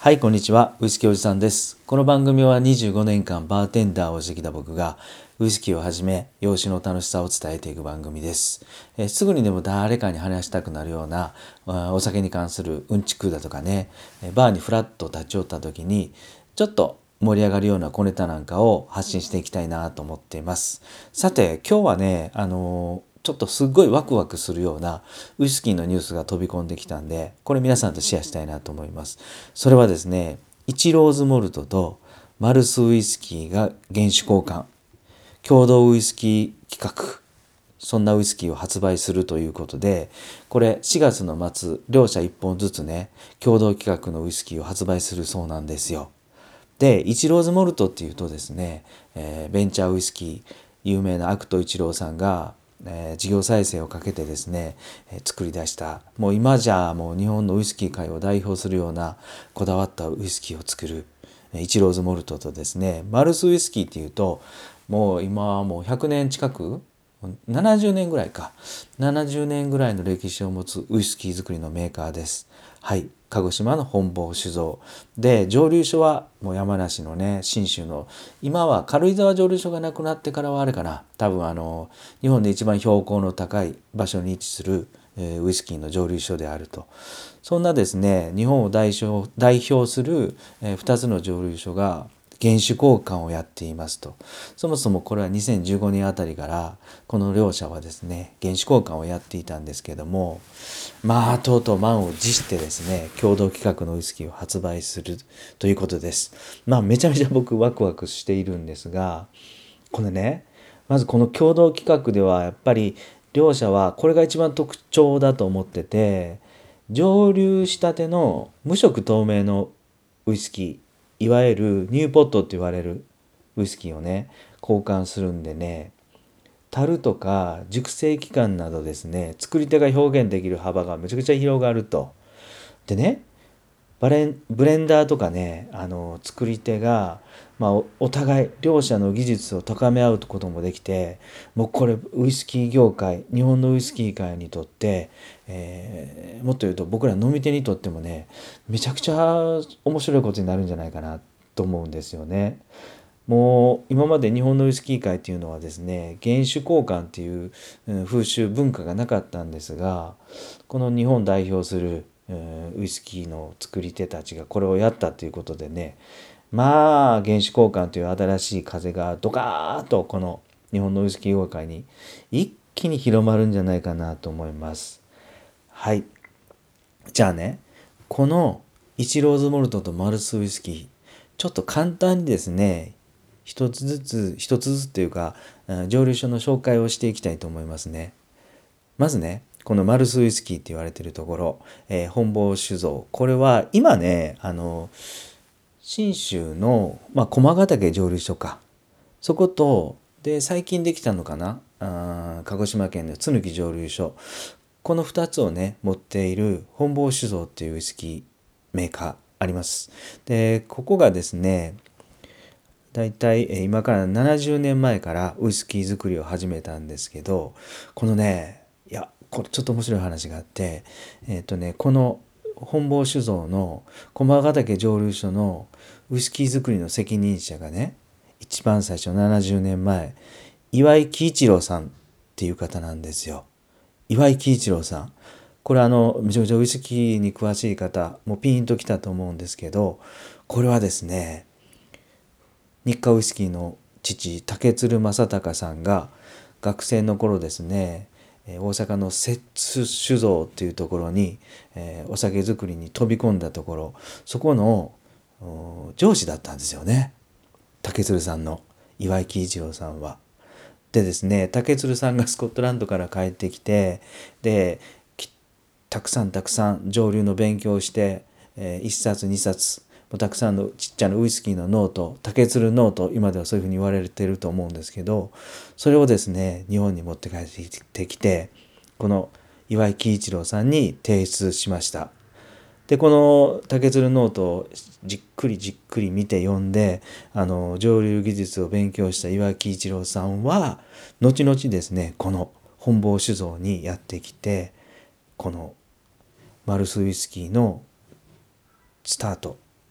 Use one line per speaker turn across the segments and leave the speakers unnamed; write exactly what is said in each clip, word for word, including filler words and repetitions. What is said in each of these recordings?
はい、こんにちは。ウイスキーおじさんです。この番組はにじゅうごねんかんバーテンダーをしてきた僕がウイスキーをはじめ洋酒の楽しさを伝えていく番組です。えーすぐにでも誰かに話したくなるようなあお酒に関するうんちくだとかね、えーバーにフラッと立ち寄った時にちょっと盛り上がるような小ネタなんかを発信していきたいなと思っています。さて、今日はね、あのーちょっとすっごいワクワクするようなウイスキーのニュースが飛び込んできたんで、これ皆さんとシェアしたいなと思います。それはですね、イチローズモルトとマルスウイスキーが原酒交換、共同ウイスキー企画、そんなウイスキーを発売するということで、これしがつの末、両社いっぽんずつね、共同企画のウイスキーを発売するそうなんですよ。で、イチローズモルトっていうとですね、えーベンチャーウイスキー、有名なアクト一郎さんが、えー事業再生をかけてですね、えー作り出した、もう今じゃもう日本のウイスキー界を代表するようなこだわったウイスキーを作る、えーイチローズモルトとですね、マルスウイスキーっていうと、もう今はもうひゃくねん近く、ななじゅうねんぐらいか。ななじゅうねんぐらいの歴史を持つウイスキー作りのメーカーです。はい。鹿児島の本坊酒造。で、蒸留所はもう山梨のね、信州の、今は軽井沢蒸留所がなくなってからはあれかな。多分あの、日本で一番標高の高い場所に位置する、えーウイスキーの蒸留所であると。そんなですね、日本を代表代表する、えー、ふたつの蒸留所が原酒交換をやっていますと。そもそもこれはにせんじゅうごねんあたりからこの両社はですね原酒交換をやっていたんですけども、まあとうとう満を持してですね共同企画のウイスキーを発売するということです。まあめちゃめちゃ僕ワクワクしているんですが、これね、まずこの共同企画ではやっぱり両者はこれが一番特徴だと思ってて、蒸留したての無色透明のウイスキー、いわゆるニューポットって言われるウイスキーをね交換するんでね、樽とか熟成期間などですね作り手が表現できる幅がめちゃくちゃ広がると。でね、バレンブレンダーとかね、あの作り手が、まあ、おお互い両者の技術を高め合うこともできて、もうこれウイスキー業界、日本のウイスキー界にとって、えーもっと言うと僕ら飲み手にとってもねめちゃくちゃ面白いことになるんじゃないかなと思うんですよね。もう今まで日本のウイスキー界っていうのはですね原酒交換っていううん風習文化がなかったんですが、この日本代表するうんウイスキーの作り手たちがこれをやったということでね、まあ原酒交換という新しい風がドカーッとこの日本のウイスキー業界に一気に広まるんじゃないかなと思います。はい。じゃあね、このイチローズモルトとマルスウイスキー、ちょっと簡単にですね、一つずつ、一つずつというか、うん蒸留所の紹介をしていきたいと思いますね。まずね、このマルスウイスキーって言われてるところ、えー本坊酒造。これは今ね、あの、信州の、まあ、駒ヶ岳蒸留所か。そこと、で、最近できたのかな、あー鹿児島県の津貫蒸留所。このふたつをね、持っている本坊酒造っていうウイスキーメーカーあります。で、ここがですね、だいたいえー今からななじゅうねんまえからウイスキー作りを始めたんですけど、このね、いや、これちょっと面白い話があって、えっとね、この本坊酒造の駒ヶ岳蒸留所のウイスキー作りの責任者がね、一番最初ななじゅうねんまえ、岩井喜一郎さんっていう方なんですよ。岩井喜一郎さん。これあの、めちゃめちゃウイスキーに詳しい方、もうピンときたと思うんですけど、これはですね、日課ウイスキーの父、竹鶴正隆さんが学生の頃ですね、えー大阪の摂津酒造っていうところに、えーお酒造りに飛び込んだところ、そこのお上司だったんですよね。竹鶴さんの岩井喜一郎さんは。でですね、竹鶴さんがスコットランドから帰ってきて、で、きたくさんたくさん蒸留の勉強をして、えー、いっさつにさつ、もうたくさんのちっちゃなウイスキーのノート、竹鶴ノート、今ではそういうふうに言われてると思うんですけど、それをですね、日本に持って帰ってきて、この岩井喜一郎さんに提出しました。でこの竹鶴ノートをじっくりじっくり見て読んで、あの蒸留技術を勉強した岩木一郎さんは後々ですねこの本坊酒造にやってきて、このマルスウイスキーのスタート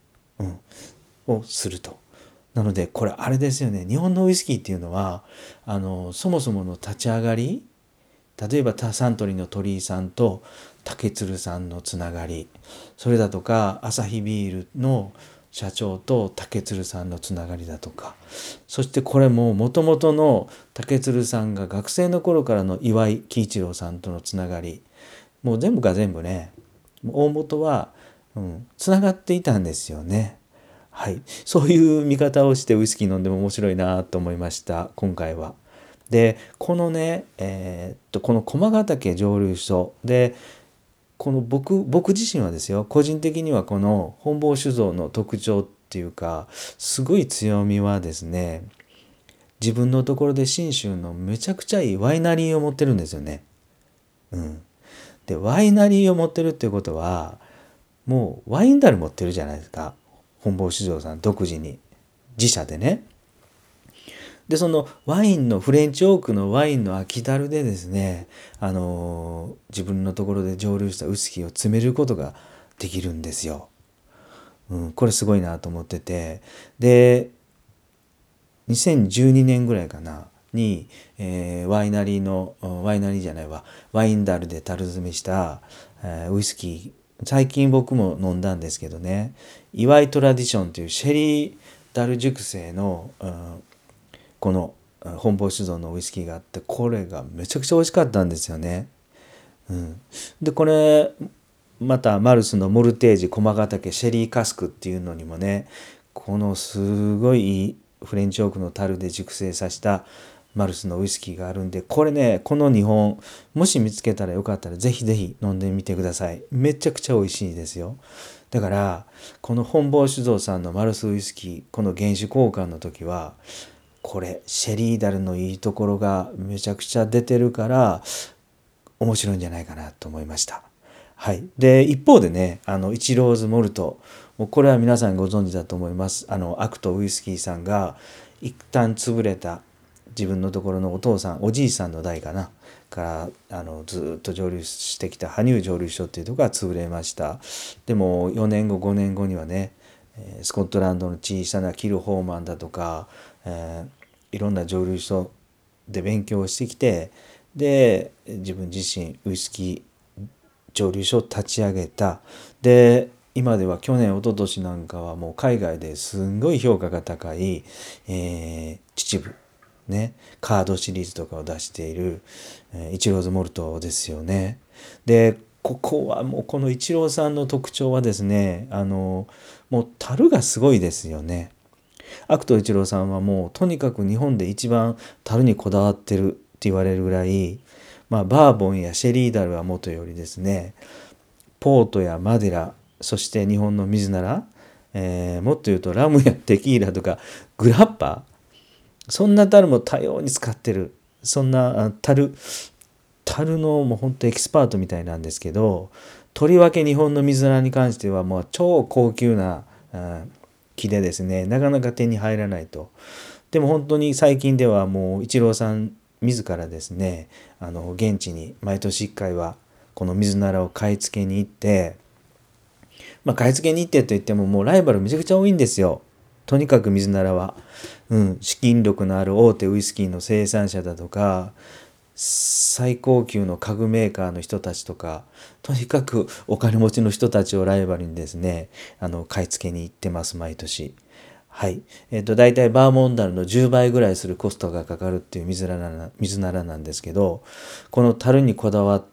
うん、をすると。なのでこれあれですよね、日本のウイスキーっていうのはあのそもそもの立ち上がり、例えばサントリーの鳥居さんと竹鶴さんのつながり、それだとかアサヒビールの社長と竹鶴さんのつながりだとか、そしてこれももともとの竹鶴さんが学生の頃からの岩井喜一郎さんとのつながり、もう全部が全部ね、大元は、うん、つながっていたんですよね。はい、そういう見方をしてウイスキー飲んでも面白いなと思いました今回は。でこのね、えーっとこの駒ヶ岳蒸留所で、この僕僕自身はですよ、個人的にはこの本坊酒造の特徴っていうかすごい強みはですね、自分のところで信州のめちゃくちゃいいワイナリーを持ってるんですよね。うん、でワイナリーを持ってるっていうことはもうワイン樽持ってるじゃないですか、本坊酒造さん独自に自社でね。でそのワインのフレンチオークのワインの空き樽でですね、あのー自分のところで蒸留したウイスキーを詰めることができるんですよ。うん、これすごいなと思ってて、でにせんじゅうにねんぐらいかなに、えーワイナリーのワイナリーじゃないわワインダルで樽詰めした、えーウイスキー、最近僕も飲んだんですけどね、祝いトラディションというシェリーダル熟成の、うん、この本坊酒造のウイスキーがあって、これがめちゃくちゃ美味しかったんですよね。うん、でこれまたマルスのモルテージ駒ヶ岳シェリーカスクっていうのにもね、このすごいいいフレンチオークの樽で熟成させたマルスのウイスキーがあるんで、これねこのにほんもし見つけたらよかったらぜひぜひ飲んでみてください。めちゃくちゃ美味しいですよ。だからこの本坊酒造さんのマルスウイスキー、この原酒交換の時はこれシェリーダルのいいところがめちゃくちゃ出てるから面白いんじゃないかなと思いました。はい、で一方でね、あのイチローズモルト、もうこれは皆さんご存知だと思います。あのアクトウイスキーさんが一旦潰れた自分のところのお父さんおじいさんの代かなからあのずっと蒸留してきた羽生蒸留所っていうところが潰れました。でもよねんごごねんごにはね、スコットランドの小さなキル・ホーマンだとか、えー、いろんな蒸留所で勉強してきて、で自分自身ウイスキー蒸留所を立ち上げた。で今では去年一昨年なんかはもう海外ですんごい評価が高い、えー、秩父ねカードシリーズとかを出している、えー、イチローズモルトですよね。でここはもうこのイチローさんの特徴はですね、あのもう樽がすごいですよね。アクト一郎さんはもうとにかく日本で一番樽にこだわってるって言われるぐらい、まあ、バーボンやシェリーダルはもとよりですね、ポートやマデラ、そして日本の水なら、えーもっと言うとラムやテキーラとかグラッパー、そんな樽も多様に使ってる、そんなあ樽樽のもう本当エキスパートみたいなんですけど、とりわけ日本の水ならに関してはもう超高級な、うん木でですね、なかなか手に入らないと。でも本当に最近ではもうイチローさん自らですね、あの現地に毎年いっかいはこの水ならを買い付けに行って、まあ買い付けに行ってといってももうライバルめちゃくちゃ多いんですよ。とにかく水ならは、うん、資金力のある大手ウイスキーの生産者だとか、最高級の家具メーカーの人たちとか、とにかくお金持ちの人たちをライバルにですね、あの買い付けに行ってます毎年。はい。えっと大体バーモンダルのじゅうばいぐらいするコストがかかるっていう水ならな水ならなんですけど、この樽にこだわった、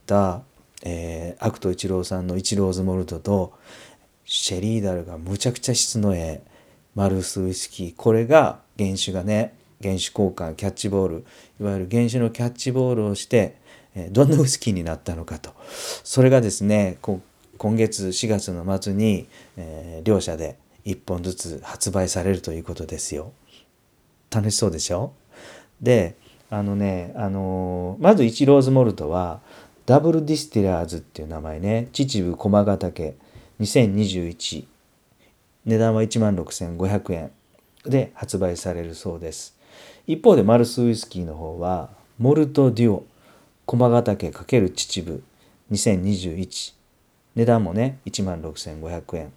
えー、アクト一郎さんのイチローズモルトとシェリーダルがむちゃくちゃ質のええマルスウイスキー、これが原酒がね、原酒交換キャッチボール、いわゆる原酒のキャッチボールをして、えーどんなウイスキーになったのかと、それがですねこ今月しがつの末に、えー両社でいっぽんずつ発売されるということですよ。楽しそうでしょ。であのね、あのーまずイチローズモルトはダブルディスティラーズっていう名前ね、秩父駒ヶ岳にせんにじゅういち、値段はいちまんろくせんごひゃくえんで発売されるそうです。一方でマルスウイスキーの方はモルトデュオ駒ヶ岳×秩父にせんにじゅういち、値段もねいちまんろくせんごひゃくえん、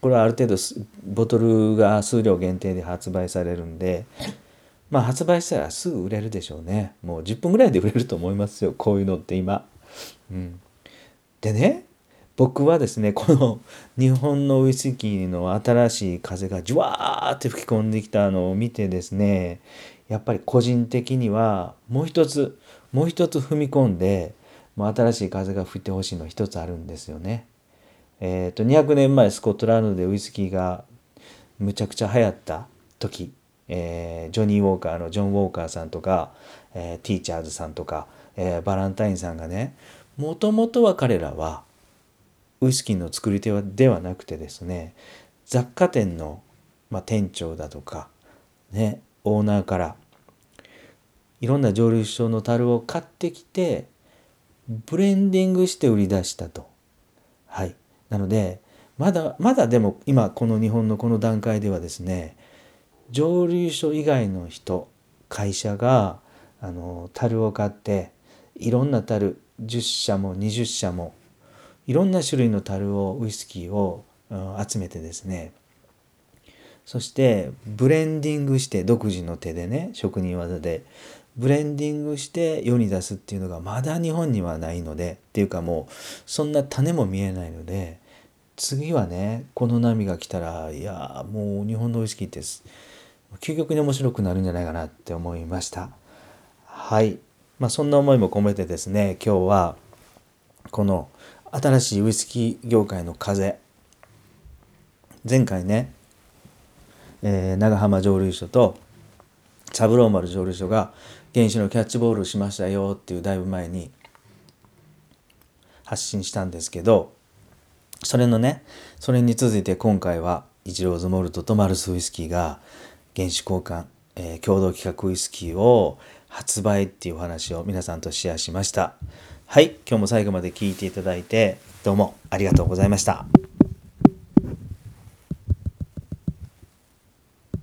これはある程度ボトルが数量限定で発売されるんで、まあ発売したらすぐ売れるでしょうね。もうじゅっぷんぐらいで売れると思いますよ、こういうのって今。うん、でね、僕はですね、この日本のウイスキーの新しい風がじゅわーって吹き込んできたのを見てですね、やっぱり個人的にはもう一つもう一つ踏み込んで、もう新しい風が吹いてほしいの一つあるんですよね。えっとにひゃくねんまえスコットランドでウイスキーがむちゃくちゃ流行った時、えージョニー・ウォーカーのジョン・ウォーカーさんとか、えーティーチャーズさんとか、えーバランタインさんがね、もともとは彼らはウイスキーの作り手はではなくてですね、雑貨店の、まあ、店長だとかね、オーナーからいろんな蒸留所の樽を買ってきてブレンディングして売り出したと。はい。なのでまだまだでも今この日本のこの段階ではですね、蒸留所以外の人、会社があの樽を買っていろんな樽じゅっ社もにじゅっ社もいろんな種類の樽をウイスキーを集めてですね、そしてブレンディングして独自の手でね、職人技でブレンディングして世に出すっていうのがまだ日本にはないので、っていうかもうそんな種も見えないので、次はねこの波が来たら、いやもう日本のウイスキーって究極に面白くなるんじゃないかなって思いました。はい。まあそんな思いも込めてですね、今日はこの新しいウイスキー業界の風、前回ね、えー長浜蒸留所と三郎丸蒸留所が原子のキャッチボールしましたよっていうだいぶ前に発信したんですけど、それのね、それに続いて今回はイチローズモルトとマルスウイスキーが原子交換、えー共同企画ウイスキーを発売っていうお話を皆さんとシェアしました。はい、今日も最後まで聞いていただいてどうもありがとうございました。